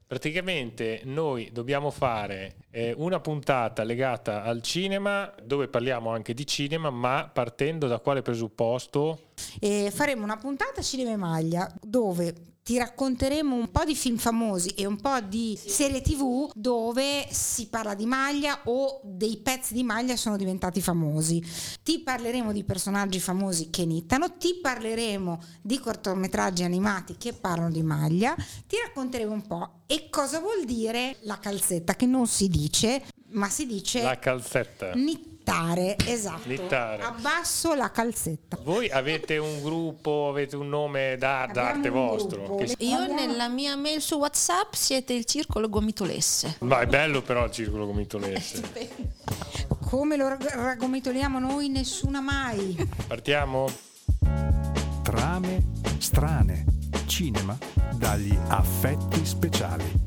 Praticamente noi dobbiamo fare una puntata legata al cinema, dove parliamo anche di cinema, ma partendo da quale presupposto? Faremo una puntata Cinema e Maglia, dove ti racconteremo un po' di film famosi e un po' di serie TV dove si parla di maglia o dei pezzi di maglia sono diventati famosi. Ti parleremo di personaggi famosi che nittano, ti parleremo di cortometraggi animati che parlano di maglia, ti racconteremo un po' e cosa vuol dire la calzetta, che non si dice, ma si dice la calzetta. Esatto. Nittare. Abbasso la calzetta. Voi avete un gruppo, avete un nome d'arte vostro? Io nella mia mail su WhatsApp siete il Circolo Gomitolesse. Ma è bello però il Circolo Gomitolesse. Come lo raggomitoliamo noi? Nessuna mai. Partiamo? Trame strane. Cinema dagli affetti speciali.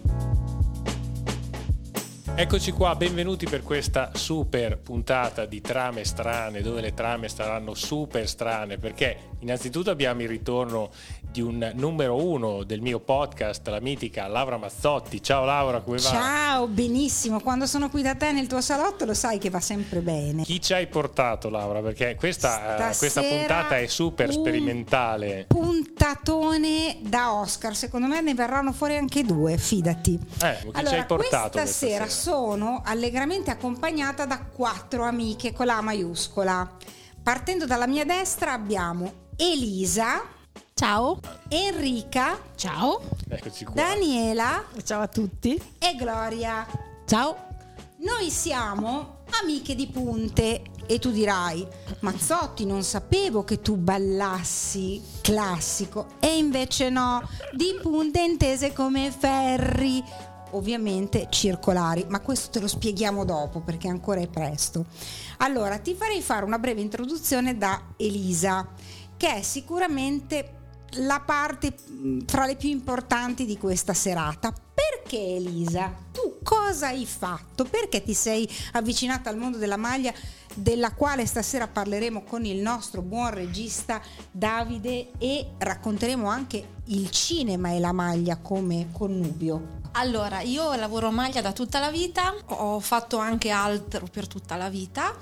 Eccoci qua, benvenuti per questa super puntata di Trame strane, dove le trame saranno super strane, perché innanzitutto abbiamo il ritorno di un numero uno del mio podcast, la mitica Laura Mazzotti. Ciao Laura, come va? Ciao, benissimo. Quando sono qui da te nel tuo salotto lo sai che va sempre bene. Chi ci hai portato, Laura? Perché questa puntata è super sperimentale. Puntatone da Oscar, secondo me ne verranno fuori anche due, fidati. Chi ci hai portato questa sera sono allegramente accompagnata da 4 amiche con la maiuscola. Partendo dalla mia destra abbiamo Elisa. Ciao. Enrica. Ciao. Eccoci qua. Daniela. Ciao a tutti. E Gloria. Ciao. Noi siamo amiche di punte e tu dirai: Mazzotti, non sapevo che tu ballassi classico. E invece no, di punte intese come ferri, ovviamente circolari, ma questo te lo spieghiamo dopo perché ancora è presto. Allora, ti farei fare una breve introduzione da Elisa, che è sicuramente la parte fra le più importanti di questa serata. Perché Elisa? Tu cosa hai fatto? Perché ti sei avvicinata al mondo della maglia, della quale stasera parleremo con il nostro buon regista Davide e racconteremo anche il cinema e la maglia come connubio? Allora, io lavoro maglia da tutta la vita, ho fatto anche altro per tutta la vita,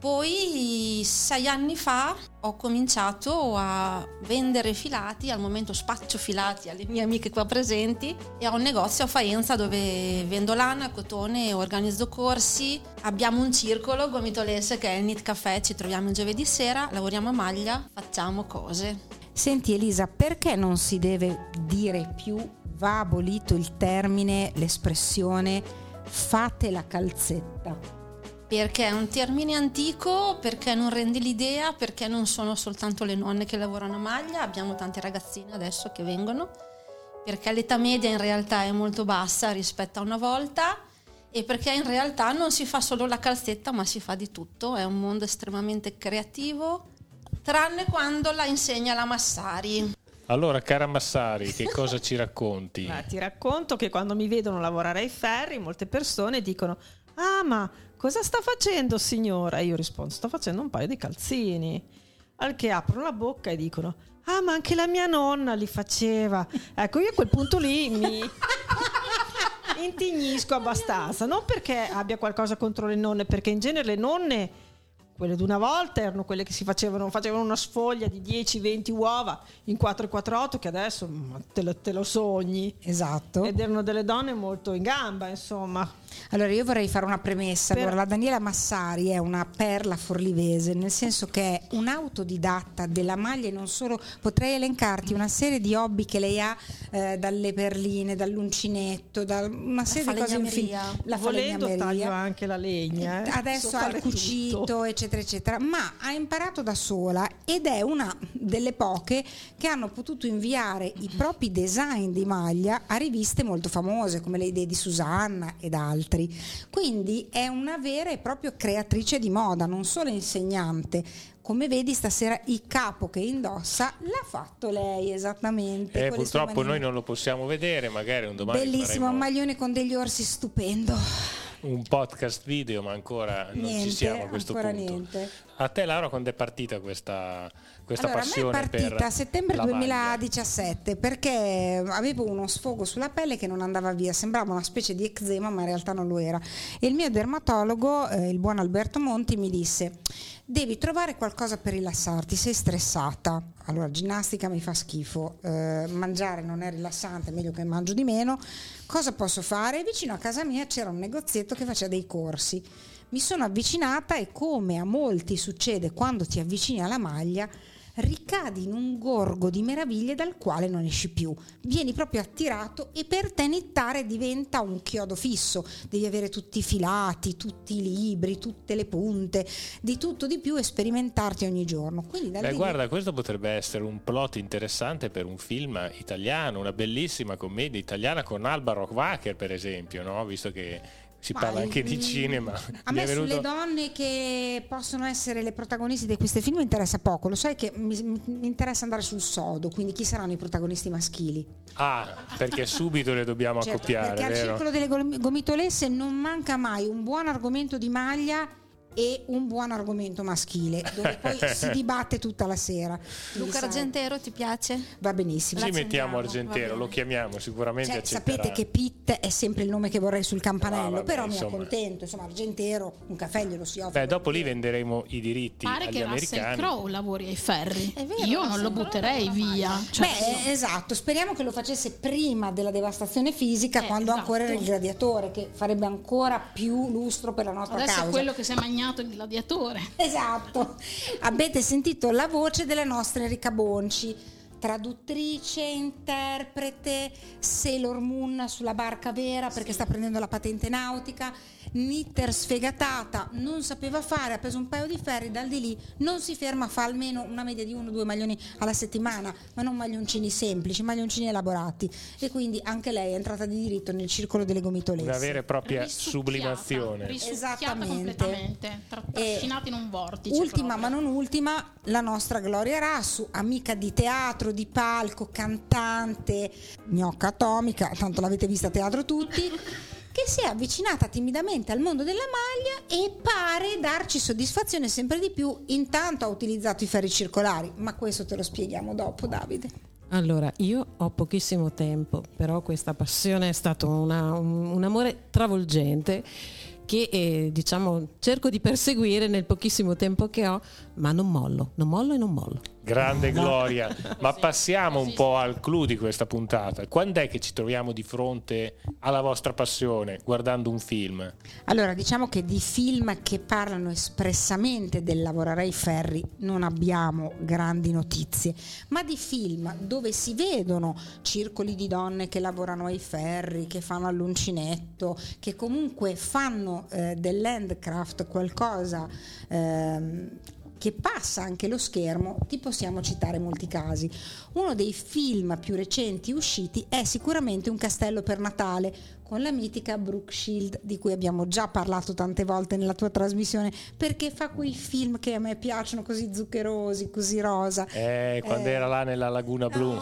poi 6 anni fa ho cominciato a vendere filati, al momento spaccio filati alle mie amiche qua presenti e ho un negozio a Faenza dove vendo lana, cotone, organizzo corsi, abbiamo un circolo Gomitolesse che è il Knit Café, ci troviamo il giovedì sera, lavoriamo a maglia, facciamo cose. Senti Elisa, perché non si deve dire più, va abolito il termine, l'espressione fate la calzetta? Perché è un termine antico, perché non rende l'idea, perché non sono soltanto le nonne che lavorano a maglia, abbiamo tante ragazzine adesso che vengono, perché l'età media in realtà è molto bassa rispetto a una volta e perché in realtà non si fa solo la calzetta ma si fa di tutto, è un mondo estremamente creativo, tranne quando la insegna la Massari. Allora, cara Massari, che cosa ci racconti? Ti racconto che quando mi vedono lavorare ai ferri, molte persone dicono: ah, ma cosa sta facendo signora? E io rispondo: sto facendo un paio di calzini. Al che aprono la bocca e dicono: ah, ma anche la mia nonna li faceva. Ecco, io a quel punto lì mi intignisco abbastanza, non perché abbia qualcosa contro le nonne, perché in genere le nonne, quelle di una volta, erano quelle che facevano una sfoglia di 10-20 uova in 448, che adesso te lo sogni. Esatto. Ed erano delle donne molto in gamba, insomma. Allora io vorrei fare una premessa. Allora, la Daniela Massari è una perla forlivese, nel senso che è un'autodidatta della maglia e non solo. Potrei elencarti una serie di hobby che lei ha, dalle perline, dall'uncinetto, da una serie di cose infinite. La volendo taglio anche la legna, adesso ha il cucito, tutto, eccetera eccetera, ma ha imparato da sola ed è una delle poche che hanno potuto inviare i propri design di maglia a riviste molto famose come le idee di Susanna ed altri. Quindi è una vera e propria creatrice di moda, non solo insegnante. Come vedi stasera il capo che indossa l'ha fatto lei esattamente. Purtroppo noi non lo possiamo vedere, magari un domani bellissimo, un maglione con degli orsi stupendo. Un podcast video, ma ancora non ci siamo a questo punto. Niente. A te Laura, quando è partita questa questa allora, passione a me è partita per a settembre la maglia? 2017 perché avevo uno sfogo sulla pelle che non andava via, sembrava una specie di eczema ma in realtà non lo era, e il mio dermatologo, il buon Alberto Monti, mi disse: devi trovare qualcosa per rilassarti, sei stressata. Allora, ginnastica mi fa schifo, mangiare non è rilassante, meglio che mangio di meno. Cosa posso fare? Vicino a casa mia c'era un negozietto che faceva dei corsi. Mi sono avvicinata e, come a molti succede quando ti avvicini alla maglia, ricadi in un gorgo di meraviglie dal quale non esci più, vieni proprio attirato e per te nittare diventa un chiodo fisso, devi avere tutti i filati, tutti i libri, tutte le punte, di tutto di più, e sperimentarti ogni giorno. Quindi guarda, questo potrebbe essere un plot interessante per un film italiano, una bellissima commedia italiana con Alba Rohrwacher, per esempio, no? Visto che si parla anche di cinema. A me sulle donne che possono essere le protagoniste di questi film interessa poco, lo sai che mi interessa andare sul sodo, quindi chi saranno i protagonisti maschili? Perché subito le dobbiamo accoppiare, perché vero? al circolo delle gomitolesse non manca mai un buon argomento di maglia e un buon argomento maschile, dove poi si dibatte tutta la sera. Luca Argentero ti piace? Va benissimo. Ci mettiamo Argentero, lo chiamiamo, sicuramente accetterà. Sapete che Pitt è sempre il nome che vorrei sul campanello, però mi insomma, accontento, insomma, Argentero, un caffè glielo si offre. dopo lì venderemo i diritti Pare agli che americani. Russell Crowe lavori ai ferri. È vero, Io non lo butterei via. Esatto, speriamo che lo facesse prima della devastazione fisica, quando esatto. ancora era il gladiatore, che farebbe ancora più lustro per la nostra Adesso causa. è quello che si è magnato il gladiatore. Esatto. Avete sentito la voce della nostra Enrica Bonci, traduttrice, interprete, Sailor Moon sulla barca vera perché sta prendendo la patente nautica, knitter sfegatata, non sapeva fare, ha preso un paio di ferri, dal di lì non si ferma, fa almeno una media di 1-2 maglioni alla settimana, ma non maglioncini semplici, maglioncini elaborati, e quindi anche lei è entrata di diritto nel circolo delle gomitolesse. Una vera e propria sublimazione. Esattamente. Completamente, trascinata in un vortice. Ultima proprio. ma non ultima, la nostra Gloria Rassu, amica di teatro, di palco, cantante, gnocca atomica, tanto l'avete vista a teatro tutti, che si è avvicinata timidamente al mondo della maglia e pare darci soddisfazione sempre di più. Intanto ha utilizzato i ferri circolari, ma questo te lo spieghiamo dopo, Davide. Allora, io ho pochissimo tempo, però questa passione è stato un amore travolgente che diciamo cerco di perseguire nel pochissimo tempo che ho, ma non mollo. Grande Gloria, ma passiamo un po' al clou di questa puntata. Quando è che ci troviamo di fronte alla vostra passione guardando un film? Allora, diciamo che di film che parlano espressamente del lavorare ai ferri non abbiamo grandi notizie, ma di film dove si vedono circoli di donne che lavorano ai ferri, che fanno all'uncinetto, che comunque fanno dell'handcraft qualcosa che passa anche lo schermo, ti possiamo citare molti casi. Uno dei film più recenti usciti è sicuramente Un castello per Natale, con la mitica Brooke Shield, di cui abbiamo già parlato tante volte nella tua trasmissione, perché fa quei film che a me piacciono, così zuccherosi, così rosa. Quando era là nella Laguna Blu.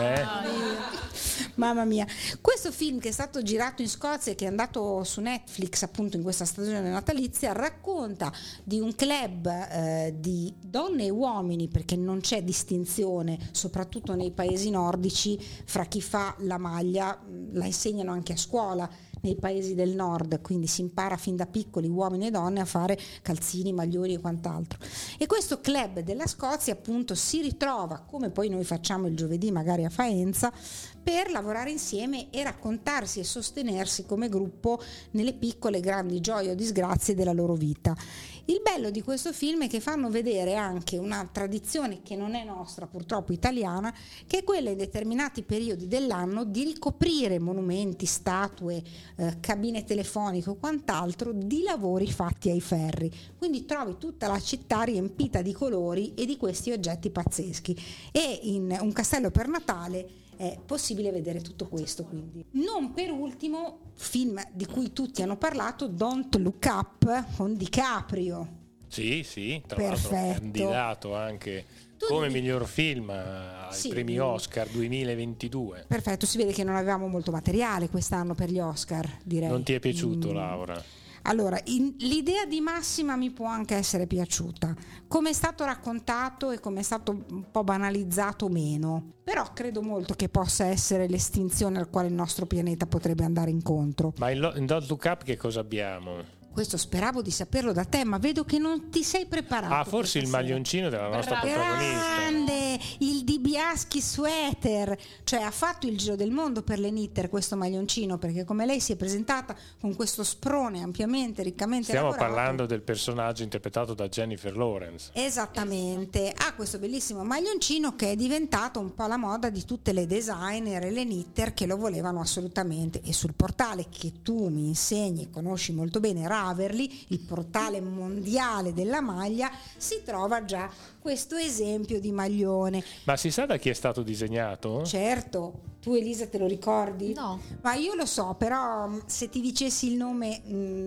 Mamma mia, questo film, che è stato girato in Scozia e che è andato su Netflix appunto in questa stagione natalizia, racconta di un club di donne e uomini, perché non c'è distinzione, soprattutto nei paesi nordici, fra chi fa la maglia, la insegnano anche a scuola nei paesi del nord, quindi si impara fin da piccoli, uomini e donne, a fare calzini, maglioni e quant'altro. E questo club della Scozia appunto si ritrova, come poi noi facciamo il giovedì magari a Faenza, per lavorare insieme e raccontarsi e sostenersi come gruppo nelle piccole grandi gioie o disgrazie della loro vita. Il bello di questo film è che fanno vedere anche una tradizione che non è nostra, purtroppo italiana, che è quella in determinati periodi dell'anno di ricoprire monumenti, statue, cabine telefoniche o quant'altro di lavori fatti ai ferri. Quindi trovi tutta la città riempita di colori e di questi oggetti pazzeschi. E in Un castello per Natale è possibile vedere tutto questo. Quindi non per ultimo, film di cui tutti hanno parlato, Don't Look Up con DiCaprio. Sì, tra Perfetto. l'altro candidato anche come miglior film ai premi Oscar 2022. Perfetto, si vede che non avevamo molto materiale quest'anno per gli Oscar, direi. Non ti è piaciuto, Laura? Allora, l'idea di Massima mi può anche essere piaciuta, come è stato raccontato e come è stato un po' banalizzato meno, però credo molto che possa essere l'estinzione al quale il nostro pianeta potrebbe andare incontro. Ma in Don't Look Up che cosa abbiamo? Questo speravo di saperlo da te, ma vedo che non ti sei preparato. Forse il maglioncino della nostra protagonista. Grande, il Dibiaschi sweater, cioè ha fatto il giro del mondo per le knitter questo maglioncino, perché come lei si è presentata con questo sprone ampiamente, riccamente Stiamo lavorato. parlando del personaggio interpretato da Jennifer Lawrence. Esattamente, ha questo bellissimo maglioncino che è diventato un po' la moda di tutte le designer e le knitter che lo volevano assolutamente, e sul portale che tu mi insegni e conosci molto bene, Ravelry, il portale mondiale della maglia, si trova già questo esempio di maglione. Ma si sa da chi è stato disegnato? Certo, tu Elisa te lo ricordi? No. Ma io lo so, però se ti dicessi il nome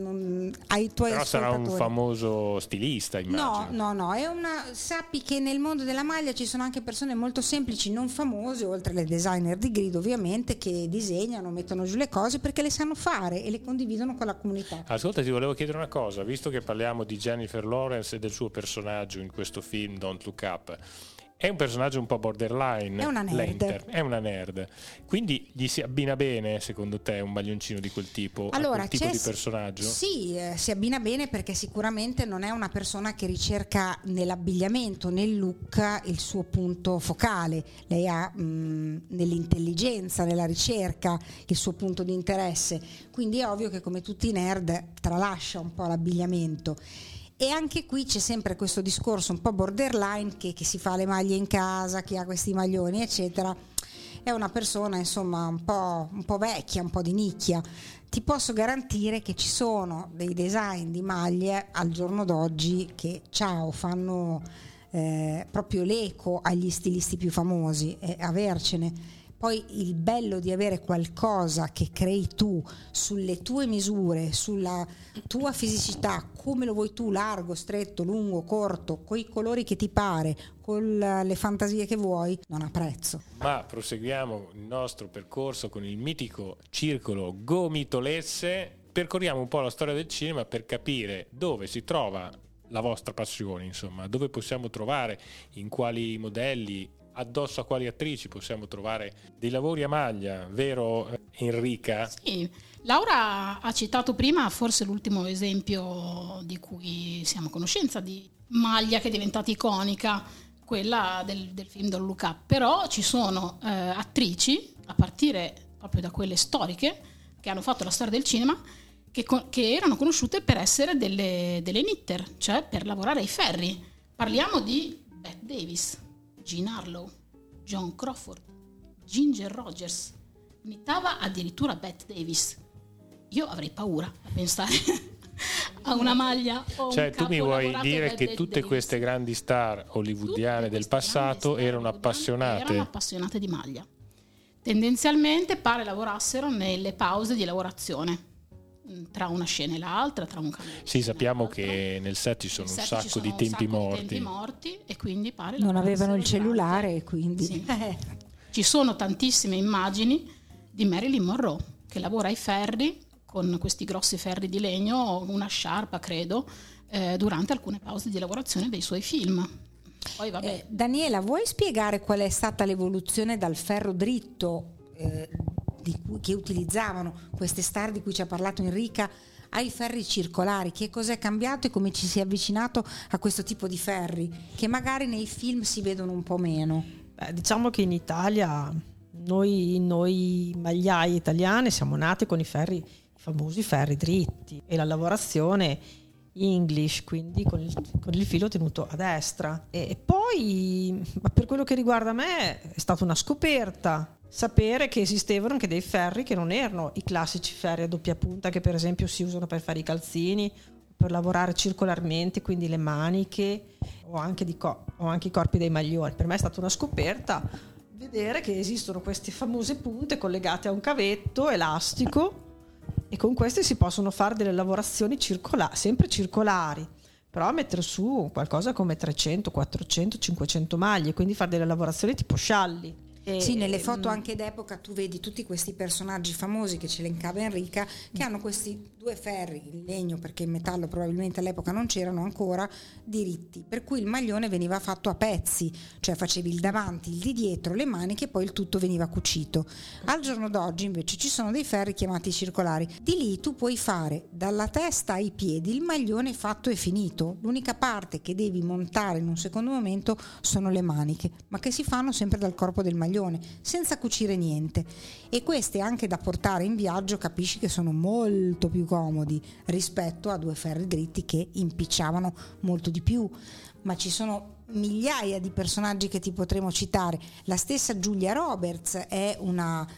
ai tuoi Però sarà un ascoltatori. famoso stilista, immagino. No, sappi che nel mondo della maglia ci sono anche persone molto semplici, non famose, oltre alle designer di grido ovviamente, che disegnano, mettono giù le cose perché le sanno fare e le condividono con la comunità. Ascolta, ti volevo chiedere una cosa, visto che parliamo di Jennifer Lawrence e del suo personaggio in questo film Don't Look Up. È un personaggio un po' borderline. È una nerd. È una nerd. Quindi gli si abbina bene, secondo te, un maglioncino di quel tipo, Allora, a quel tipo di personaggio? Sì, si abbina bene perché sicuramente non è una persona che ricerca nell'abbigliamento, nel look, il suo punto focale. Lei ha nell'intelligenza, nella ricerca, il suo punto di interesse. Quindi è ovvio che, come tutti i nerd, tralascia un po' l'abbigliamento. E anche qui c'è sempre questo discorso un po' borderline che si fa le maglie in casa, chi ha questi maglioni eccetera, è una persona insomma un po' vecchia, un po' di nicchia. Ti posso garantire che ci sono dei design di maglie al giorno d'oggi che fanno proprio l'eco agli stilisti più famosi, e avercene. Poi il bello di avere qualcosa che crei tu sulle tue misure, sulla tua fisicità, come lo vuoi tu, largo, stretto, lungo, corto, con i colori che ti pare, con le fantasie che vuoi, non ha prezzo. Ma proseguiamo il nostro percorso con il mitico circolo Gomitolesse. Percorriamo un po' la storia del cinema per capire dove si trova la vostra passione, insomma, dove possiamo trovare, in quali modelli, addosso a quali attrici possiamo trovare dei lavori a maglia, vero Enrica? Sì, Laura ha citato prima forse l'ultimo esempio di cui siamo a conoscenza di maglia che è diventata iconica, quella del film Don't Look Up, però ci sono attrici, a partire proprio da quelle storiche, che hanno fatto la storia del cinema, che erano conosciute per essere delle knitter, cioè per lavorare ai ferri. Parliamo di Bette Davis, Jean Harlow, Joan Crawford, Ginger Rogers. Imitava addirittura Bette Davis. Io avrei paura a pensare a una maglia o cioè un tu mi capo vuoi lavorato dire da che Bette tutte Davis. queste grandi star hollywoodiane del passato erano appassionate? Erano appassionate di maglia. Tendenzialmente pare lavorassero nelle pause di lavorazione, tra una scena e l'altra, tra un cameo. Sì, sappiamo che nel set ci sono un sacco di tempi morti. E quindi pare Non avevano il lavorassero cellulare e quindi... Sì. Ci sono tantissime immagini di Marilyn Monroe che lavora ai ferri con questi grossi ferri di legno, una sciarpa credo, durante alcune pause di lavorazione dei suoi film. Poi vabbè. Daniela, vuoi spiegare qual è stata l'evoluzione dal ferro dritto che utilizzavano queste star di cui ci ha parlato Enrica ai ferri circolari? Che cos'è cambiato e come ci si è avvicinato a questo tipo di ferri che magari nei film si vedono un po' meno? Diciamo che in Italia noi magliai italiane siamo nate con i famosi ferri dritti e la lavorazione English, quindi con il filo tenuto a destra. E poi, per quello che riguarda me, è stata una scoperta sapere che esistevano anche dei ferri che non erano i classici ferri a doppia punta che per esempio si usano per fare i calzini, per lavorare circolarmente, quindi le maniche o anche i corpi dei maglioni. Per me è stata una scoperta vedere che esistono queste famose punte collegate a un cavetto elastico e con queste si possono fare delle lavorazioni sempre circolari, però mettere su qualcosa come 300, 400, 500 maglie, quindi fare delle lavorazioni tipo scialli. Sì, nelle foto anche d'epoca tu vedi tutti questi personaggi famosi che ce elencava Enrica, che hanno questi 2 ferri in legno, perché in metallo probabilmente all'epoca non c'erano ancora, diritti, per cui il maglione veniva fatto a pezzi, cioè facevi il davanti, il di dietro, le maniche e poi il tutto veniva cucito. Al giorno d'oggi invece ci sono dei ferri chiamati circolari, di lì tu puoi fare dalla testa ai piedi il maglione fatto e finito, l'unica parte che devi montare in un secondo momento sono le maniche, ma che si fanno sempre dal corpo del maglione, senza cucire niente, e queste anche da portare in viaggio capisci che sono molto più comodi rispetto a 2 ferri dritti che impicciavano molto di più. Ma ci sono migliaia di personaggi che ti potremo citare. La stessa Julia Roberts è una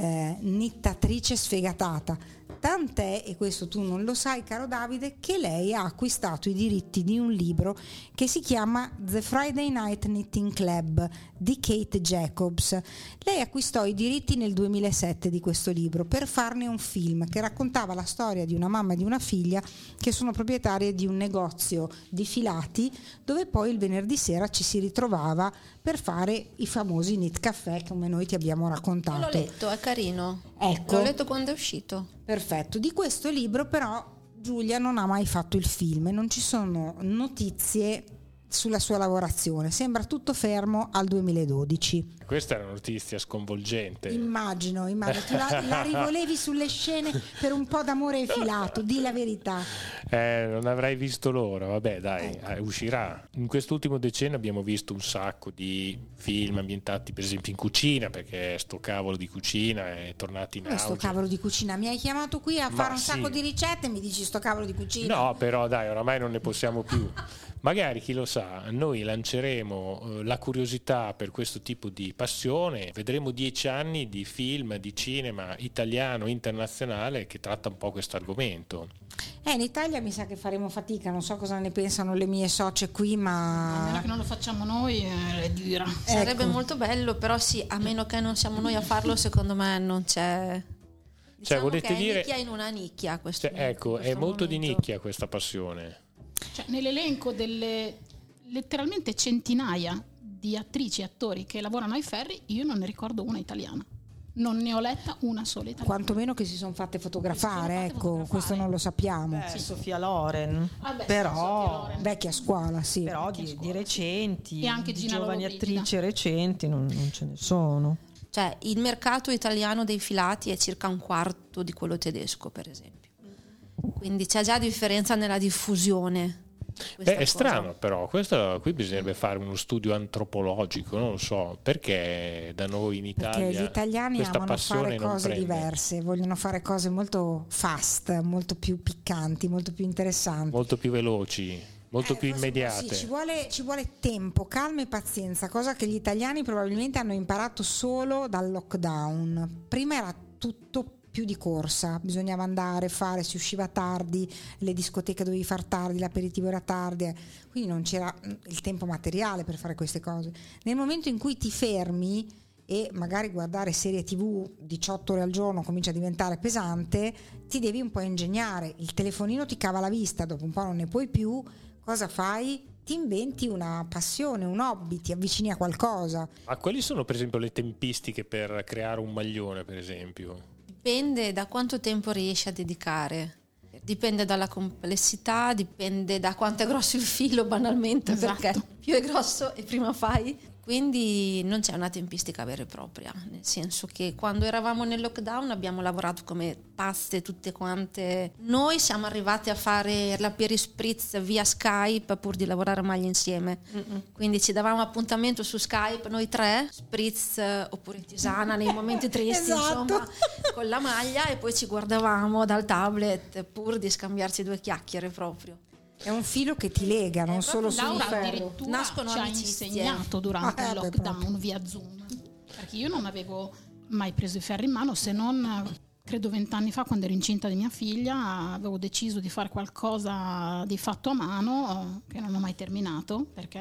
nittatrice sfegatata, tant'è, e questo tu non lo sai caro Davide, che lei ha acquistato i diritti di un libro che si chiama The Friday Night Knitting Club di Kate Jacobs. Lei acquistò i diritti nel 2007 di questo libro per farne un film che raccontava la storia di una mamma e di una figlia che sono proprietarie di un negozio di filati, dove poi il venerdì sera ci si ritrovava per fare i famosi knit caffè come noi ti abbiamo raccontato. L'ho letto, è carino. Ecco. L'ho letto quando è uscito. Perfetto. Di questo libro però Giulia non ha mai fatto il film e non ci sono notizie sulla sua lavorazione, sembra tutto fermo al 2012. Questa è una notizia sconvolgente. Immagino, tu la rivolevi sulle scene per un po' d'amore filato, di la verità. Non avrei visto l'ora, vabbè dai, uscirà. In quest'ultimo decennio abbiamo visto un sacco di film ambientati per esempio in cucina, perché sto cavolo di cucina è tornato in auge. Sto cavolo di cucina, mi hai chiamato qui a fare un sacco di ricette e mi dici sto cavolo di cucina? No, però dai, oramai non ne possiamo più. Magari, chi lo sa, noi lanceremo la curiosità per questo tipo di passione, vedremo 10 anni di film, di cinema italiano, internazionale che tratta un po' questo argomento. In Italia mi sa che faremo fatica, non so cosa ne pensano le mie socie qui, ma... A meno che non lo facciamo noi, è dura. Sarebbe molto bello, però sì, a meno che non siamo noi a farlo, secondo me non c'è... Diciamo volete che è dire... nicchia in una nicchia questo, ecco, questo è molto momento. di nicchia questa passione. Cioè, nell'elenco delle letteralmente centinaia di attrici e attori che lavorano ai ferri, io non ne ricordo una italiana. Non ne ho letta una sola italiana. Quantomeno che si sono fatte fotografare, questo non lo sappiamo. Sofia Loren, però Sofia Loren. Vecchia scuola, sì. però di recenti, E anche di Gina giovani Lollobrigida. attrici recenti non ce ne sono. Cioè, il mercato italiano dei filati è circa un quarto di quello tedesco, per esempio. Quindi c'è già differenza nella diffusione. È strano però, questo qui bisognerebbe fare uno studio antropologico, non lo so, perché da noi in Italia Perché gli italiani questa amano passione fare non cose prende. diverse, vogliono fare cose molto fast, molto più piccanti, molto più interessanti. molto più veloci, molto più Forse immediate. sì, ci vuole tempo, calma e pazienza, cosa che gli italiani probabilmente hanno imparato solo dal lockdown. Prima era tutto più di corsa, bisognava andare, fare, si usciva tardi, le discoteche dovevi far tardi, l'aperitivo era tardi, quindi non c'era il tempo materiale per fare queste cose. Nel momento in cui ti fermi e magari guardare serie TV 18 ore al giorno comincia a diventare pesante, ti devi un po' ingegnare, il telefonino ti cava la vista, dopo un po' non ne puoi più, cosa fai? Ti inventi una passione, un hobby, ti avvicini a qualcosa. Ma quali sono per esempio le tempistiche per creare un maglione, per esempio? Dipende da quanto tempo riesci a dedicare, dipende dalla complessità, dipende da quanto è grosso il filo banalmente, Esatto. perché più è grosso e prima fai. Quindi non c'è una tempistica vera e propria, nel senso che quando eravamo nel lockdown abbiamo lavorato come pazze tutte quante. Noi siamo arrivati a fare la Pieri Spritz via Skype pur di lavorare meglio insieme. Quindi ci davamo appuntamento su Skype noi tre, Spritz oppure Tisana nei momenti tristi, Esatto. insomma, con la maglia, e poi ci guardavamo dal tablet pur di scambiarci due chiacchiere proprio. È un filo che ti lega, non solo sul Laura ferro. addirittura Nascono ci ha amicizie. insegnato durante il beh, lockdown proprio. via Zoom, perché io non avevo mai preso i ferri in mano, se non credo 20 anni fa, quando ero incinta di mia figlia, avevo deciso di fare qualcosa di fatto a mano che non ho mai terminato perché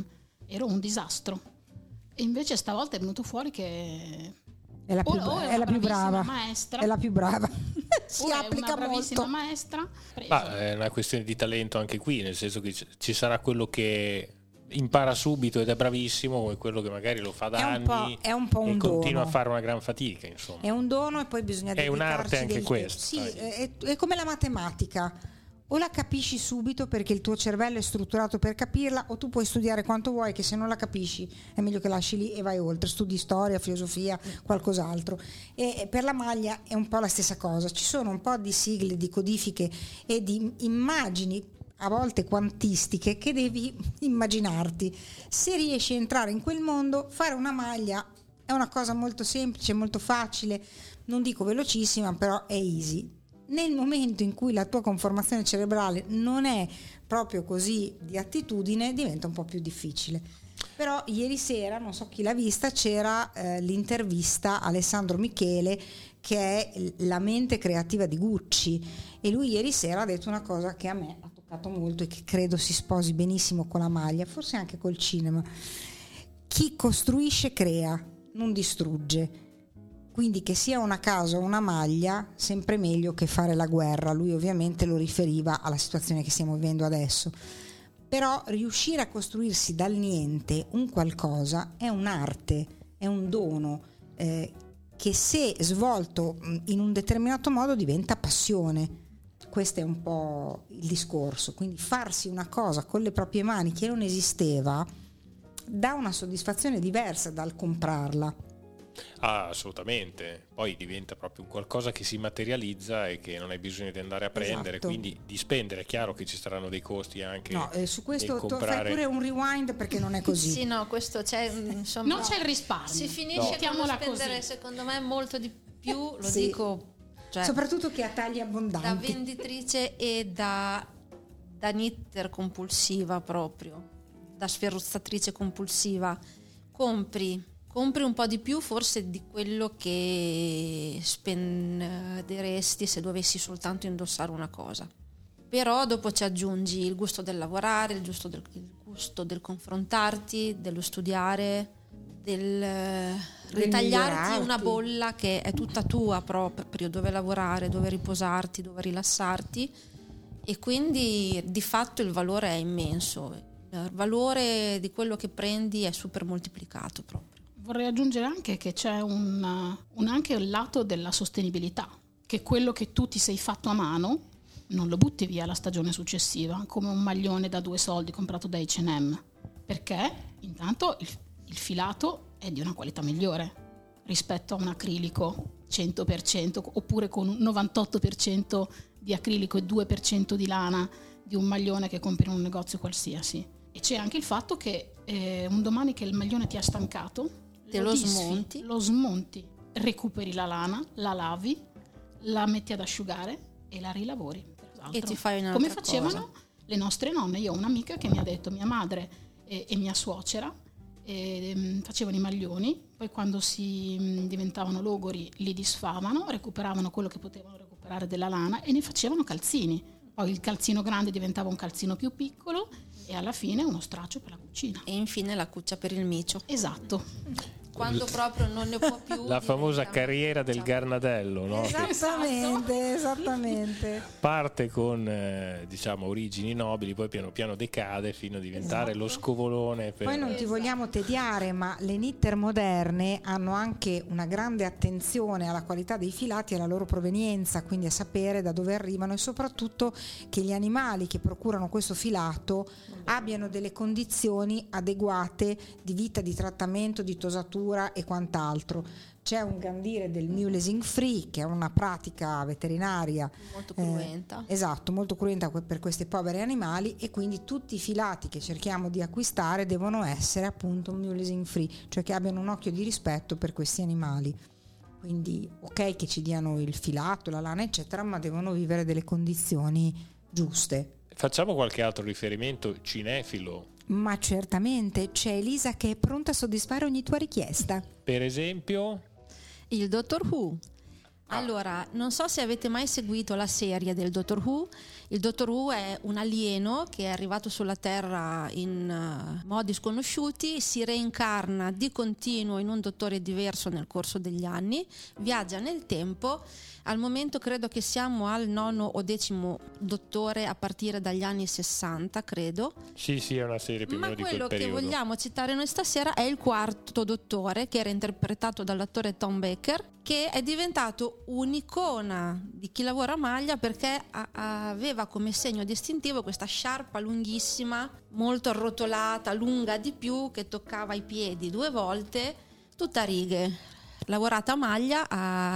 ero un disastro, e invece stavolta è venuto fuori che È la più, o è è la una più bravissima brava. maestra, È la più brava. Si o è applica una bravissima molto. maestra. Ma è una questione di talento anche qui, nel senso che ci sarà quello che impara subito ed è bravissimo, e quello che magari lo fa da anni è un po' un e continua dono. a fare una gran fatica, insomma. È un dono e poi bisogna dedicarci un'arte anche del questo, Sì, dai. è come la matematica. O la capisci subito perché il tuo cervello è strutturato per capirla, o tu puoi studiare quanto vuoi, che se non la capisci è meglio che lasci lì e vai oltre, studi storia, filosofia, qualcos'altro. E per la maglia è un po' la stessa cosa, ci sono un po' di sigle, di codifiche e di immagini a volte quantistiche che devi immaginarti. Se riesci a entrare in quel mondo, fare una maglia è una cosa molto semplice, molto facile, non dico velocissima, però è easy. Nel momento in cui la tua conformazione cerebrale non è proprio così di attitudine, diventa un po' più difficile. Però ieri sera, non so chi l'ha vista, c'era l'intervista a Alessandro Michele, che è la mente creativa di Gucci, e lui ieri sera ha detto una cosa che a me ha toccato molto e che credo si sposi benissimo con la maglia, forse anche col cinema. Chi costruisce crea, non distrugge. Quindi che sia una casa o una maglia, sempre meglio che fare la guerra. Lui ovviamente lo riferiva alla situazione che stiamo vivendo adesso. Però riuscire a costruirsi dal niente un qualcosa è un'arte, è un dono, che se svolto in un determinato modo diventa passione. Questo è un po' il discorso. Quindi farsi una cosa con le proprie mani che non esisteva dà una soddisfazione diversa dal comprarla. Ah, assolutamente. Poi diventa proprio un qualcosa che si materializza e che non hai bisogno di andare a prendere, Esatto. quindi di spendere. È chiaro che ci saranno dei costi anche. No, su questo nel fai comprare. pure un rewind perché non è così. Sì, no, questo c'è, insomma, Non c'è il risparmio. si finisce con Mettiamola spendere, così. secondo me, molto di più, lo Sì. dico, cioè, Soprattutto che ha tagli da abbondanti. venditrice e da knitter compulsiva proprio, da sferruzzatrice compulsiva. Compri un po' di più forse di quello che spenderesti se dovessi soltanto indossare una cosa. Però dopo ci aggiungi il gusto del lavorare, il gusto del confrontarti, dello studiare, del ritagliarti migliorarti. una bolla che è tutta tua proprio, dove lavorare, dove riposarti, dove rilassarti, e quindi di fatto il valore è immenso. Il valore di quello che prendi è super moltiplicato proprio. Vorrei aggiungere anche che c'è anche il lato della sostenibilità, che quello che tu ti sei fatto a mano non lo butti via la stagione successiva, come un maglione da 2 soldi comprato da H&M, perché intanto il filato è di una qualità migliore rispetto a un acrilico 100% oppure con un 98% di acrilico e 2% di lana di un maglione che compri in un negozio qualsiasi. E c'è anche il fatto che un domani che il maglione ti ha stancato, Te lo smonti. lo smonti, recuperi la lana, la lavi, la metti ad asciugare e la rilavori. E ti fai un'altra come facevano cosa. le nostre nonne. Io ho un'amica che mi ha detto, mia madre e mia suocera facevano i maglioni, poi quando si diventavano logori li disfavano, recuperavano quello che potevano recuperare della lana e ne facevano calzini. Poi il calzino grande diventava un calzino più piccolo e alla fine uno straccio per la cucina. E infine la cuccia per il micio. Esatto. Quando proprio non ne può più. La famosa diventa- carriera del Garnadello, no? Che Esattamente. parte con diciamo origini nobili, poi piano piano decade fino a diventare lo scovolone per... Poi non ti vogliamo tediare, ma le knitter moderne hanno anche una grande attenzione alla qualità dei filati e alla loro provenienza, quindi a sapere da dove arrivano, e soprattutto che gli animali che procurano questo filato abbiano delle condizioni adeguate di vita, di trattamento, di tosatura e quant'altro. C'è un grandire del mulesing free, che è una pratica veterinaria Molto cruenta. esatto, molto cruenta per questi poveri animali, e quindi tutti i filati che cerchiamo di acquistare devono essere appunto mulesing free, cioè che abbiano un occhio di rispetto per questi animali. Quindi ok che ci diano il filato, la lana eccetera, ma devono vivere delle condizioni giuste. Facciamo qualche altro riferimento cinefilo. Ma certamente c'è Elisa che è pronta a soddisfare ogni tua richiesta. Per esempio, Il Doctor Who. Allora, non so se avete mai seguito la serie del Doctor Who. Il Doctor Who è un alieno che è arrivato sulla Terra in modi sconosciuti, si reincarna di continuo in un dottore diverso nel corso degli anni, viaggia nel tempo. Al momento credo che siamo al 9° o 10° dottore a partire dagli anni 60, credo. Sì, è una serie più o meno di quel periodo. Ma quello che vogliamo citare noi stasera è il 4° dottore, che era interpretato dall'attore Tom Baker, che è diventato un'icona di chi lavora a maglia perché aveva come segno distintivo questa sciarpa lunghissima, molto arrotolata, lunga di più, che toccava i piedi 2 volte, tutta a righe, lavorata a maglia,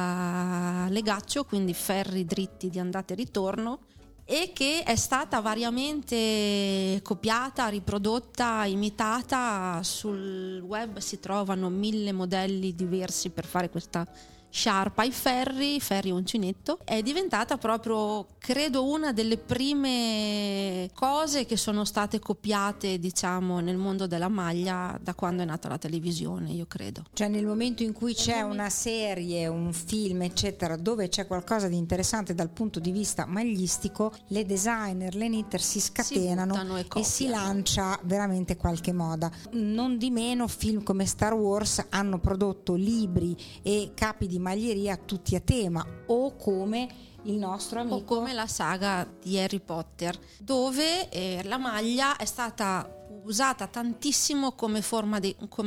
a legaccio, quindi ferri dritti di andata e ritorno, e che è stata variamente copiata, riprodotta, imitata. Sul web si trovano 1000 modelli diversi per fare questa sciarpa ai ferri uncinetto. È diventata proprio, credo, una delle prime cose che sono state copiate, diciamo, nel mondo della maglia da quando è nata la televisione, io credo. Cioè nel momento in cui c'è una serie, un film, eccetera, dove c'è qualcosa di interessante dal punto di vista maglistico, le designer, le knitter si scatenano e si lancia veramente qualche moda. Non di meno film come Star Wars hanno prodotto libri e capi di maglieria tutti a tema, o come il nostro amico, o come la saga di Harry Potter, dove la maglia è stata usata tantissimo come forma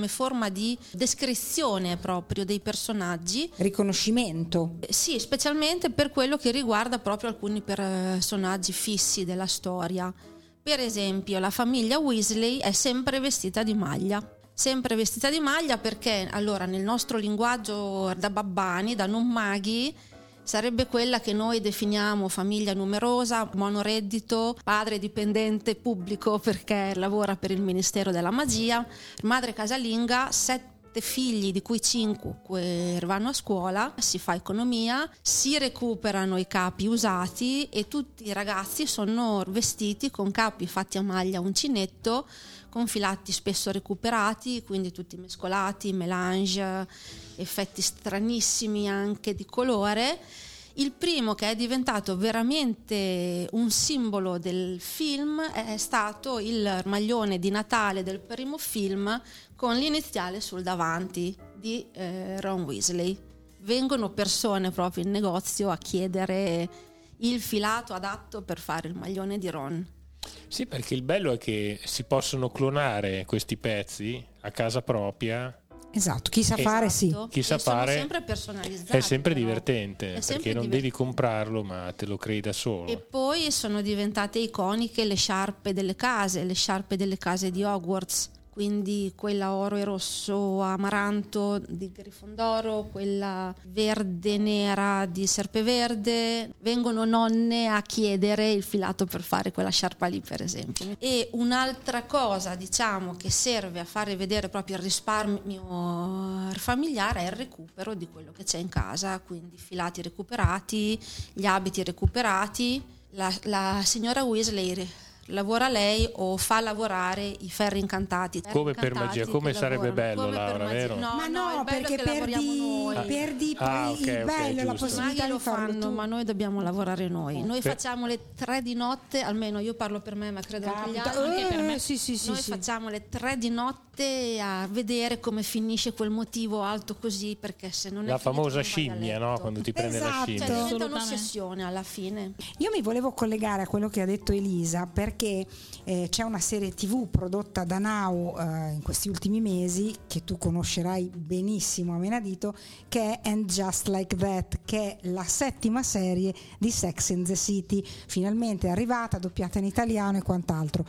di descrizione proprio dei personaggi, riconoscimento. Sì, specialmente per quello che riguarda proprio alcuni personaggi fissi della storia. Per esempio, la famiglia Weasley è sempre vestita di maglia. Sempre vestita di maglia perché, allora, nel nostro linguaggio da babbani, da non maghi, sarebbe quella che noi definiamo famiglia numerosa, monoreddito, padre dipendente pubblico perché lavora per il Ministero della Magia, madre casalinga, 7 figli di cui 5 vanno a scuola, si fa economia, si recuperano i capi usati e tutti i ragazzi sono vestiti con capi fatti a maglia uncinetto, con filati spesso recuperati, quindi tutti mescolati, melange, effetti stranissimi anche di colore. Il primo che è diventato veramente un simbolo del film è stato il maglione di Natale del primo film con l'iniziale sul davanti di Ron Weasley. Vengono persone proprio in negozio a chiedere il filato adatto per fare il maglione di Ron. Sì, perché il bello è che si possono clonare questi pezzi a casa propria. Esatto, chi sa fare sì. Chi sa fare sempre personalizzati, è sempre però. divertente, È sempre perché non devi comprarlo ma te lo crei da solo. E poi sono diventate iconiche le sciarpe delle case di Hogwarts, quindi quella oro e rosso amaranto di Grifondoro, quella verde nera di Serpeverde. Vengono nonne a chiedere il filato per fare quella sciarpa lì, per esempio. E un'altra cosa, diciamo, che serve a fare vedere proprio il risparmio familiare è il recupero di quello che c'è in casa, quindi filati recuperati, gli abiti recuperati. La signora Weasley lavora lei o fa lavorare i ferri incantati come per magia, come sarebbe bello, come Laura, vero? No, perché perdi il bello, la possibilità di farlo, ma noi dobbiamo lavorare noi. Noi facciamo le 3 di notte, almeno io parlo per me, ma credo anche gli altri, anche per me. Noi facciamo le 3 di notte a vedere come finisce quel motivo alto così, perché se non è la finito, famosa scimmia, no? Quando ti prende la scimmia, cioè diventa un'ossessione alla fine. Io mi volevo collegare a quello che ha detto Elisa, perché c'è una serie TV prodotta da Now in questi ultimi mesi che tu conoscerai benissimo a menadito, che è And Just Like That, che è la 7ª serie di Sex and the City, finalmente è arrivata, doppiata in italiano e quant'altro.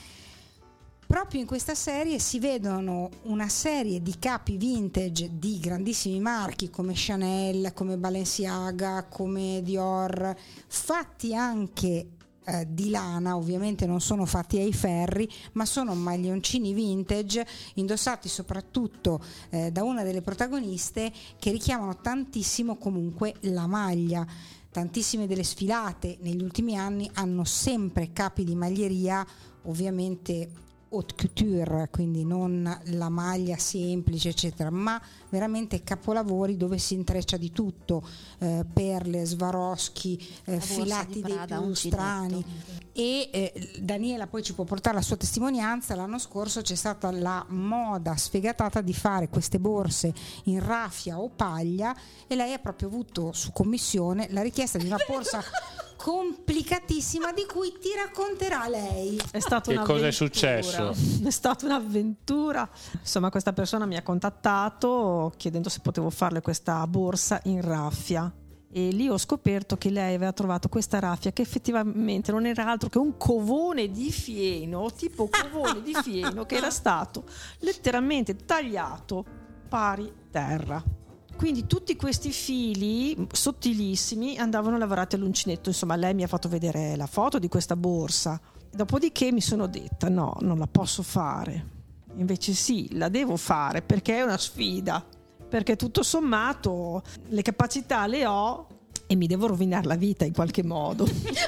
Proprio in questa serie si vedono una serie di capi vintage di grandissimi marchi come Chanel, come Balenciaga, come Dior, fatti anche di lana, ovviamente non sono fatti ai ferri, ma sono maglioncini vintage indossati soprattutto da una delle protagoniste, che richiamano tantissimo comunque la maglia. Tantissime delle sfilate negli ultimi anni hanno sempre capi di maglieria ovviamente haute couture, quindi non la maglia semplice eccetera, ma veramente capolavori dove si intreccia di tutto, perle, Swarovski, filati dei più strani. E Daniela poi ci può portare la sua testimonianza. L'anno scorso c'è stata la moda sfegatata di fare queste borse in raffia o paglia, e lei ha proprio avuto su commissione la richiesta di una borsa complicatissima di cui ti racconterà lei. È stata che cosa è successo? È stata un'avventura. Insomma, questa persona mi ha contattato chiedendo se potevo farle questa borsa in raffia, e lì ho scoperto che lei aveva trovato questa raffia che effettivamente non era altro che un covone di fieno, tipo covone di fieno, che era stato letteralmente tagliato pari terra. Quindi tutti questi fili sottilissimi andavano lavorati all'uncinetto. Insomma, lei mi ha fatto vedere la foto di questa borsa. Dopodiché mi sono detta: no, non la posso fare. Invece sì, la devo fare, perché è una sfida. Perché tutto sommato le capacità le ho e mi devo rovinare la vita in qualche modo.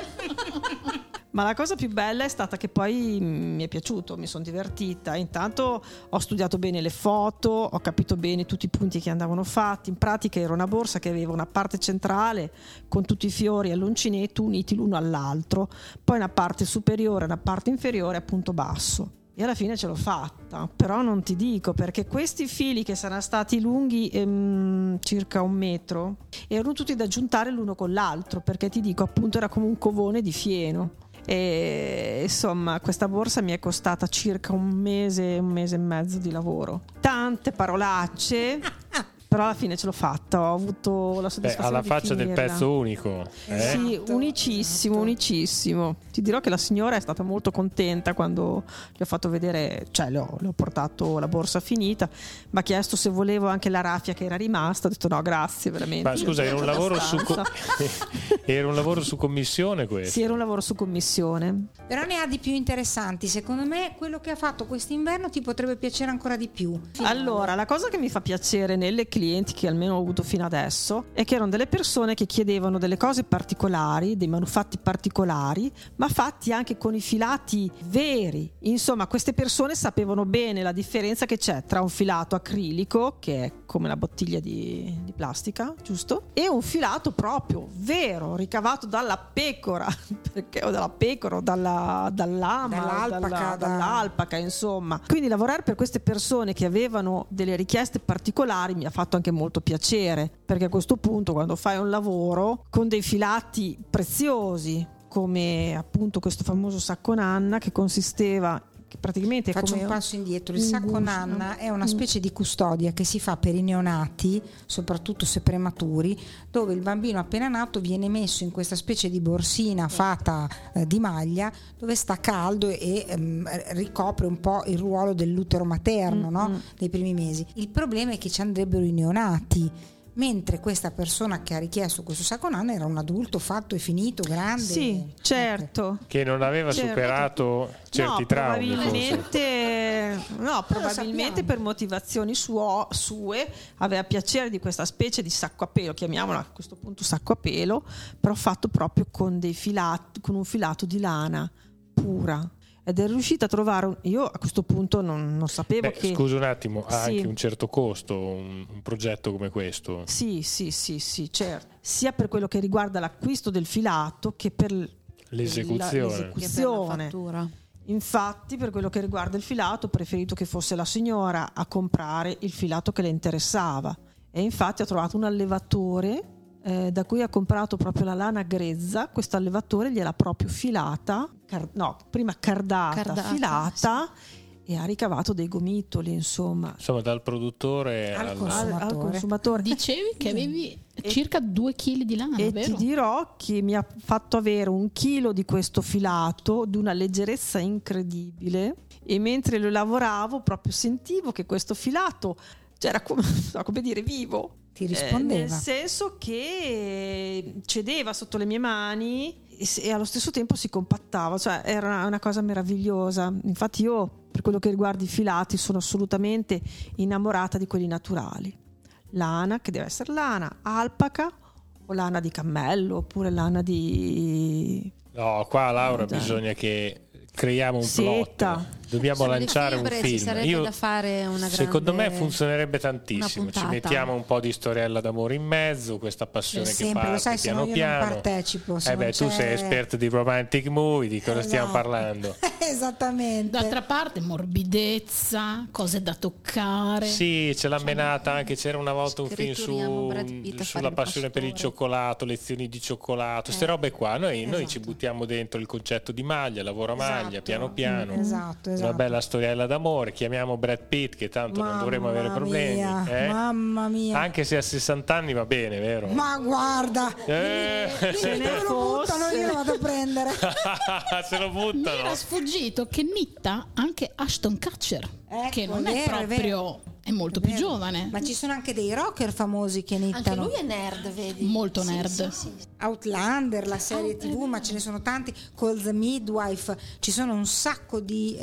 Ma la cosa più bella è stata che poi mi è piaciuto, mi sono divertita. Intanto ho studiato bene le foto, ho capito bene tutti i punti che andavano fatti. In pratica era una borsa che aveva una parte centrale con tutti i fiori all'uncinetto uniti l'uno all'altro, poi una parte superiore e una parte inferiore a punto basso. E alla fine ce l'ho fatta, però non ti dico, perché questi fili che saranno stati lunghi circa 1 metro erano tutti da giuntare l'uno con l'altro, perché ti dico, appunto, era come un covone di fieno. E insomma, questa borsa mi è costata circa 1 mese e mezzo di lavoro, tante parolacce, però alla fine ce l'ho fatta, ho avuto la soddisfazione alla di faccia finirla. del pezzo unico, Sì, unicissimo. Ti dirò che la signora è stata molto contenta quando gli ho fatto vedere, cioè le ho portato la borsa finita, mi ha chiesto se volevo anche la raffia che era rimasta, ho detto no grazie, veramente. Ma scusa, era un lavoro era un lavoro su commissione questo? Sì, era un lavoro su commissione. Però ne ha di più interessanti. Secondo me quello che ha fatto quest'inverno ti potrebbe piacere ancora di più. Allora, la cosa che mi fa piacere nelle clienti che almeno ho avuto fino adesso è che erano delle persone che chiedevano delle cose particolari, dei manufatti particolari, ma fatti anche con i filati veri. Insomma, queste persone sapevano bene la differenza che c'è tra un filato acrilico, che è come una bottiglia di plastica, giusto? E un filato proprio vero, ricavato dalla pecora, o dalla pecora, o dall'alpaca, dall'alpaca, insomma. Quindi lavorare per queste persone che avevano delle richieste particolari mi ha fatto anche molto piacere, perché a questo punto, quando fai un lavoro con dei filati preziosi, come appunto questo famoso sacco nanna, che consisteva praticamente faccio come un passo indietro. Il sacco nanna è una specie di custodia che si fa per i neonati, soprattutto se prematuri, dove il bambino appena nato viene messo in questa specie di borsina fatta di maglia, dove sta caldo e ricopre un po' il ruolo dell'utero materno, no? Nei primi mesi. Il problema è che ci andrebbero i neonati, mentre questa persona che ha richiesto questo sacco nanna era un adulto fatto e finito, grande. Sì, certo. Che non aveva superato certi traumi, probabilmente per motivazioni sue aveva piacere di questa specie di sacco a pelo, chiamiamola a questo punto sacco a pelo, però fatto proprio con dei filati, con un filato di lana pura. Ed è riuscita a trovare, io a questo punto non sapevo che... Scusa un attimo, ha sì, anche un certo costo un progetto come questo? Sì, certo. Sia per quello che riguarda l'acquisto del filato che per l'esecuzione. Che per la fattura. Infatti, per quello che riguarda il filato, ho preferito che fosse la signora a comprare il filato che le interessava. E infatti ho trovato un allevatore da cui ha comprato proprio la lana grezza. Questo allevatore gliel'ha proprio filata, prima cardata, filata, sì, e ha ricavato dei gomitoli, insomma dal produttore al consumatore. Dicevi che avevi circa 2 kg di lana, e vero? Ti dirò che mi ha fatto avere 1 chilo di questo filato di una leggerezza incredibile, e mentre lo lavoravo proprio sentivo che questo filato era come dire vivo. Ti rispondeva, nel senso che cedeva sotto le mie mani e allo stesso tempo si compattava, cioè era una cosa meravigliosa. Infatti io, per quello che riguarda i filati, sono assolutamente innamorata di quelli naturali. Lana, che deve essere lana alpaca o lana di cammello, oppure lana di... No, qua Laura bisogna che creiamo un seta, plot Dobbiamo Sulle lanciare un fibre ci film. sarebbe da fare una Secondo me grande- funzionerebbe una tantissimo. Ci puntata. mettiamo un po' di storiella d'amore in mezzo, questa passione che sempre, parte lo sai, se piano no io piano. non partecipo. se non Tu sei c'è- esperto di romantic movie, di cosa stiamo Esatto. parlando? Esattamente. D'altra parte, morbidezza, cose da toccare. Sì, ce l'ha menata anche. C'era una volta un film Scritturiamo Brad Pitt a fare sulla il passione per il pastore. cioccolato, lezioni di cioccolato, queste robe qua. Noi ci esatto. buttiamo dentro il concetto di maglia, lavoro a maglia, Esatto. piano piano. Esatto, Una esatto. bella storiella d'amore, chiamiamo Brad Pitt che tanto non dovremo avere problemi. Mamma mia. Anche se a 60 anni va bene, vero? Ma guarda, Se ne me lo buttano, fosse. io lo vado a prendere. Se lo Mi buttano. era sfuggito che nitta anche Ashton Kutcher, Ecco, che non è è, vero, è proprio, è molto più Vero. giovane, Ma ci sono anche dei rocker famosi che Anche iniziano. lui è nerd, vedi? molto Sì, nerd. sì, sì. Outlander, la serie TV, ma ce ne sono tanti. Call the Midwife, ci sono un sacco di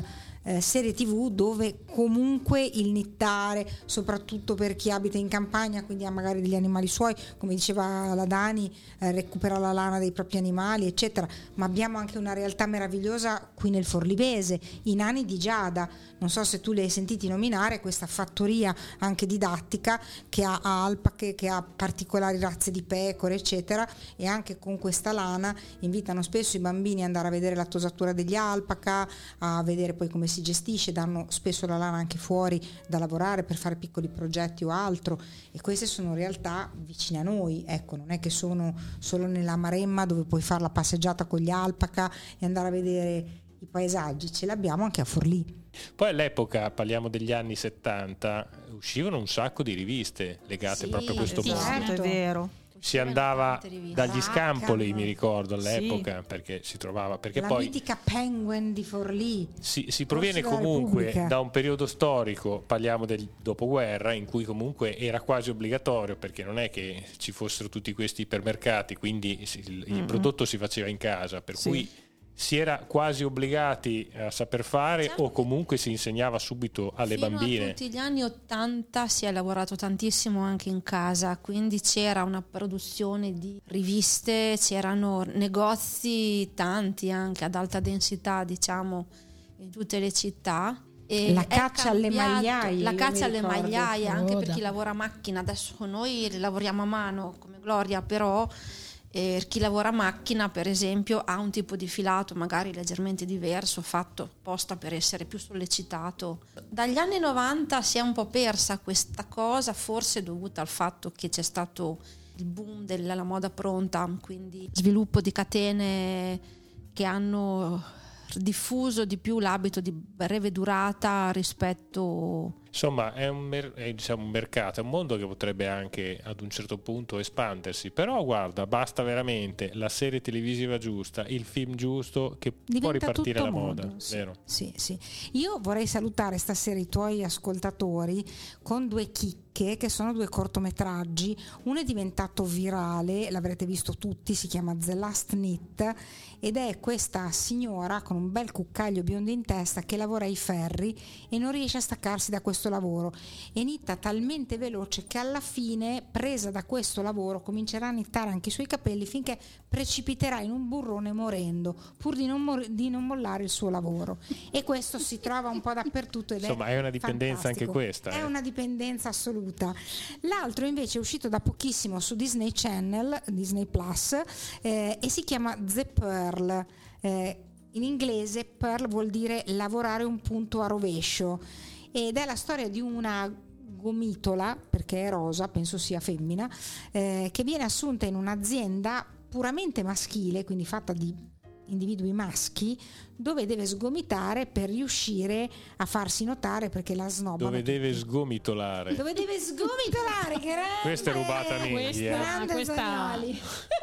serie TV dove comunque il nittare, soprattutto per chi abita in campagna, quindi ha magari degli animali suoi, come diceva la Dani, recupera la lana dei propri animali, eccetera. Ma abbiamo anche una realtà meravigliosa qui nel Forlivese, i Nani di Giada. Non so se tu li hai sentiti nominare, questa fattoria anche didattica che ha alpache, che ha particolari razze di pecore, eccetera, e anche con questa lana invitano spesso i bambini ad andare a vedere la tosatura degli alpaca, a vedere poi come si gestisce, danno spesso la lana anche fuori da lavorare per fare piccoli progetti o altro, e queste sono realtà vicine a noi, ecco, non è che sono solo nella Maremma dove puoi fare la passeggiata con gli alpaca e andare a vedere i paesaggi, ce l'abbiamo anche a Forlì. Poi all'epoca, parliamo degli anni 70, uscivano un sacco di riviste legate Sì, proprio a questo esatto. mondo. Esatto, è vero. Si andava Tante riviste. dagli scampoli, Raccano. mi ricordo all'epoca, perché si trovava, perché La poi mitica Penguin di Forlì. si proviene della comunque Repubblica. da un periodo storico, parliamo del dopoguerra, in cui comunque era quasi obbligatorio, perché non è che ci fossero tutti questi ipermercati, quindi il prodotto si faceva in casa, per cui si era quasi obbligati a saper fare, o comunque si insegnava subito alle Fino bambine. a tutti gli anni 80 si è lavorato tantissimo anche in casa, quindi c'era una produzione di riviste, c'erano negozi tanti anche ad alta densità, diciamo, in tutte le città. E La è caccia alle cambiato- magliaie, la io caccia mi alle ricordo. magliaie anche per Coda. chi lavora a macchina. Adesso noi lavoriamo a mano come Gloria, però chi lavora a macchina, per esempio, ha un tipo di filato magari leggermente diverso, fatto apposta per essere più sollecitato. Dagli anni 90 si è un po' persa questa cosa, forse dovuta al fatto che c'è stato il boom della moda pronta, quindi sviluppo di catene che hanno diffuso di più l'abito di breve durata rispetto. Insomma, è diciamo, un mercato, è un mondo che potrebbe anche ad un certo punto espandersi, però guarda, basta veramente la serie televisiva giusta, il film giusto, che può Diventa ripartire tutto la moda, modo, sì, vero? sì, sì. Io vorrei salutare stasera i tuoi ascoltatori con due chicche che sono due cortometraggi. Uno è diventato virale, l'avrete visto tutti, si chiama The Last Knit ed è questa signora con un bel cuccaglio biondo in testa che lavora ai ferri e non riesce a staccarsi da questo lavoro e nitta talmente veloce che alla fine, presa da questo lavoro, comincerà a nittare anche i suoi capelli finché precipiterà in un burrone morendo pur di non mollare il suo lavoro, e questo si trova un po' dappertutto ed Insomma, è una dipendenza anche fantastico. questa, È una dipendenza assoluta. L'altro invece è uscito da pochissimo su Disney Channel, Disney Plus, e si chiama The Pearl. In inglese Pearl vuol dire lavorare un punto a rovescio ed è la storia di una gomitola, perché è rosa, penso sia femmina, che viene assunta in un'azienda puramente maschile, quindi fatta di individui maschi, dove deve sgomitare per riuscire a farsi notare, perché la snobbano. Dove deve sgomitolare. Dove deve sgomitolare, che grande! Questa è rubata a Ninghi, Grande questa- Zagnoli.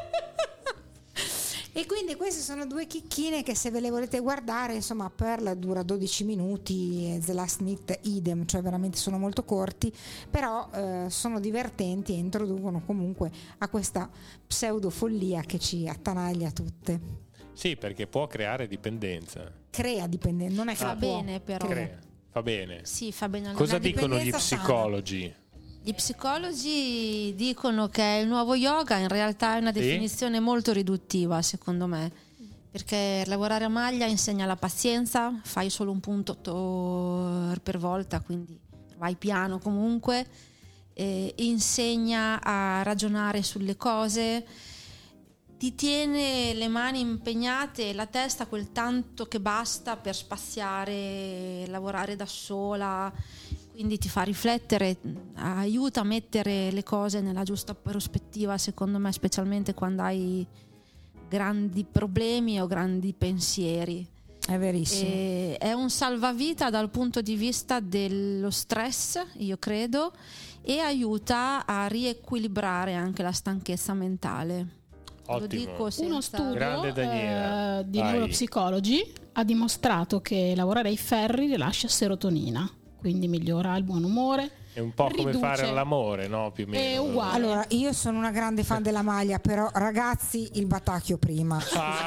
E quindi queste sono due chicchine che, se ve le volete guardare, insomma, Pearl dura 12 minuti e The Last Knit idem, cioè veramente sono molto corti, però sono divertenti e introducono comunque a questa pseudo follia che ci attanaglia tutte. Sì, perché può creare dipendenza. Crea dipendenza, non è che Fa può, bene, però. Crea. Fa bene. Sì, fa bene alla Cosa Una dicono gli dipendenza sana. psicologi? Gli psicologi dicono che il nuovo yoga in realtà è una Sì? definizione molto riduttiva, secondo me, perché lavorare a maglia insegna la pazienza, fai solo un punto per volta, quindi vai piano comunque, insegna a ragionare sulle cose, ti tiene le mani impegnate e la testa quel tanto che basta per spaziare, lavorare da sola, quindi ti fa riflettere, aiuta a mettere le cose nella giusta prospettiva, secondo me, specialmente quando hai grandi problemi o grandi pensieri. È verissimo. È un salvavita dal punto di vista dello stress, io credo, e aiuta a riequilibrare anche la stanchezza mentale. Ottimo. Lo dico senza... Uno studio Grande Daniela. di Vai. neuropsicologi ha dimostrato che lavorare ai ferri rilascia serotonina, quindi migliora il buon umore. È un po' come riduce- fare l'amore, no? Più o meno. È uguale. Allora, io sono una grande fan della maglia, però ragazzi, il batacchio prima.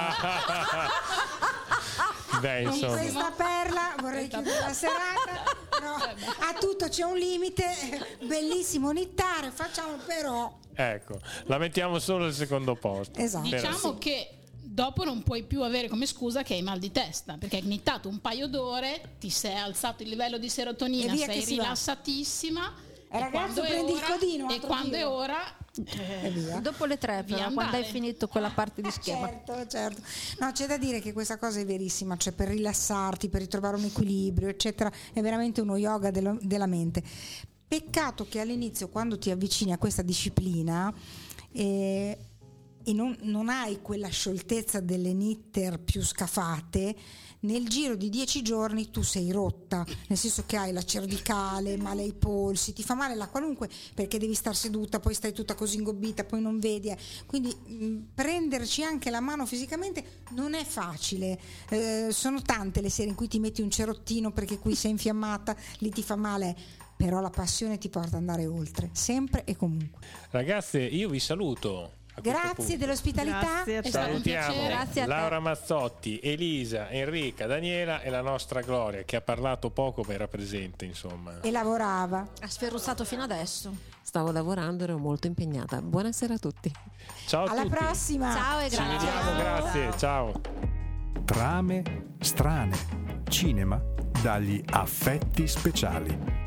Beh, Con insomma. questa perla vorrei chiudere la serata. No, a tutto c'è un limite, bellissimo nittare, facciamo però. Ecco, la mettiamo solo al secondo posto. Esatto. Però- Diciamo che dopo non puoi più avere come scusa che hai mal di testa, perché hai gnittato un paio d'ore, ti sei alzato il livello di serotonina, E via sei che si va. rilassatissima. Ragazzo, prendi il codino, e altro quando è tiro. ora E via. Dopo le 3, Via però, quando hai andare. finito quella parte di schema. Certo. No, c'è da dire che questa cosa è verissima, cioè per rilassarti, per ritrovare un equilibrio, eccetera, è veramente uno yoga della mente. Peccato che all'inizio, quando ti avvicini a questa disciplina e non hai quella scioltezza delle knitter più scafate, nel giro di 10 giorni tu sei rotta, nel senso che hai la cervicale, male ai polsi, ti fa male la qualunque, perché devi star seduta, poi stai tutta così ingobbita, poi non vedi, quindi prenderci anche la mano fisicamente non è facile. Sono tante le sere in cui ti metti un cerottino perché qui sei infiammata, lì ti fa male, però la passione ti porta ad andare oltre, sempre e comunque. Ragazze, io vi saluto. a questo Grazie punto. dell'ospitalità. Grazie a È te. stato un Salutiamo piacere. Grazie a te. Laura Mazzotti, Elisa, Enrica, Daniela e la nostra Gloria, che ha parlato poco ma era presente, insomma. E lavorava. Ha sferruzzato fino adesso. Stavo lavorando, ero molto impegnata. Buonasera a tutti. Ciao a Alla tutti. prossima. Ciao e Ci grazie. vediamo, grazie. Ciao. Trame strane. Cinema dagli affetti speciali.